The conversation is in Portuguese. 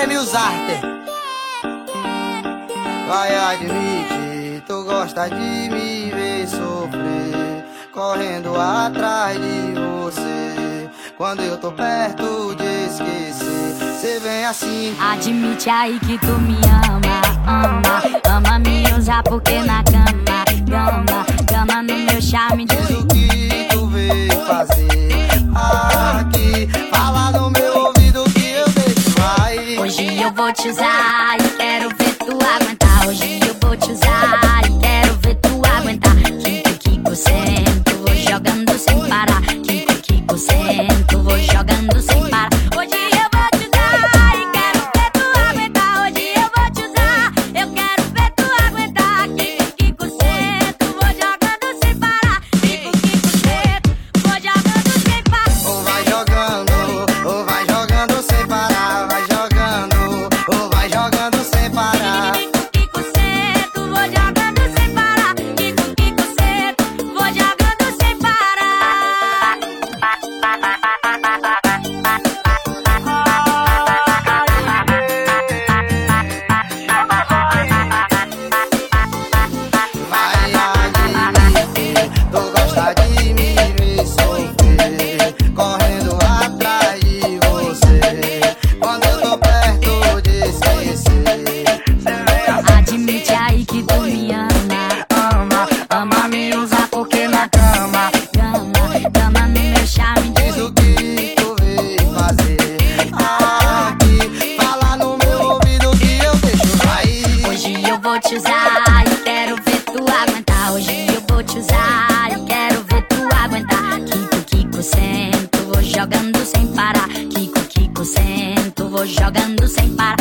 Gêmeos Arte. Vai admitir, tu gosta de me ver sofrer, correndo atrás de você. Quando eu tô perto de esquecer, cê vem assim. Admite aí que tu me ama me usar porque na cama no meu charme. Diz o que tu veio fazer aqui, fala no meu ouvido que eu deixo aí. Hoje eu vou te usar e quero ver tu aguentar. Hoje eu vou te usar e quero ver tu aguentar. Kiko, sento, vou jogando sem parar. Kiko, sento, vou jogando sem parar. Hoje eu vou te usar e quero ver tu aguentar. Hoje eu vou te usar, eu quero ver tu aguentar. Kiko, sento, vou jogando sem parar. Kiko, sento, vou jogando sem parar. Ou vai jogando sem parar. Vai jogando, ou vai jogando sem parar. Kiko, sento, vou jogando sem parar. Kiko, sento, vou jogando sem parar. Vai admitir, tu gosta de me ver sofrer, correndo atrás de você. Quando eu tô perto de esquecer, Admite aí que tu me ama me usar porque na cama no meu charme. diz o que tu veio fazer aqui, fala no meu ouvido que eu deixo aí. Hoje eu vou te usar e quero ver tu aguentar. Hoje eu vou te usar e quero ver tu aguentar. Kiko, sento, vou jogando sem parar. Kiko, sento, vou jogando sem parar.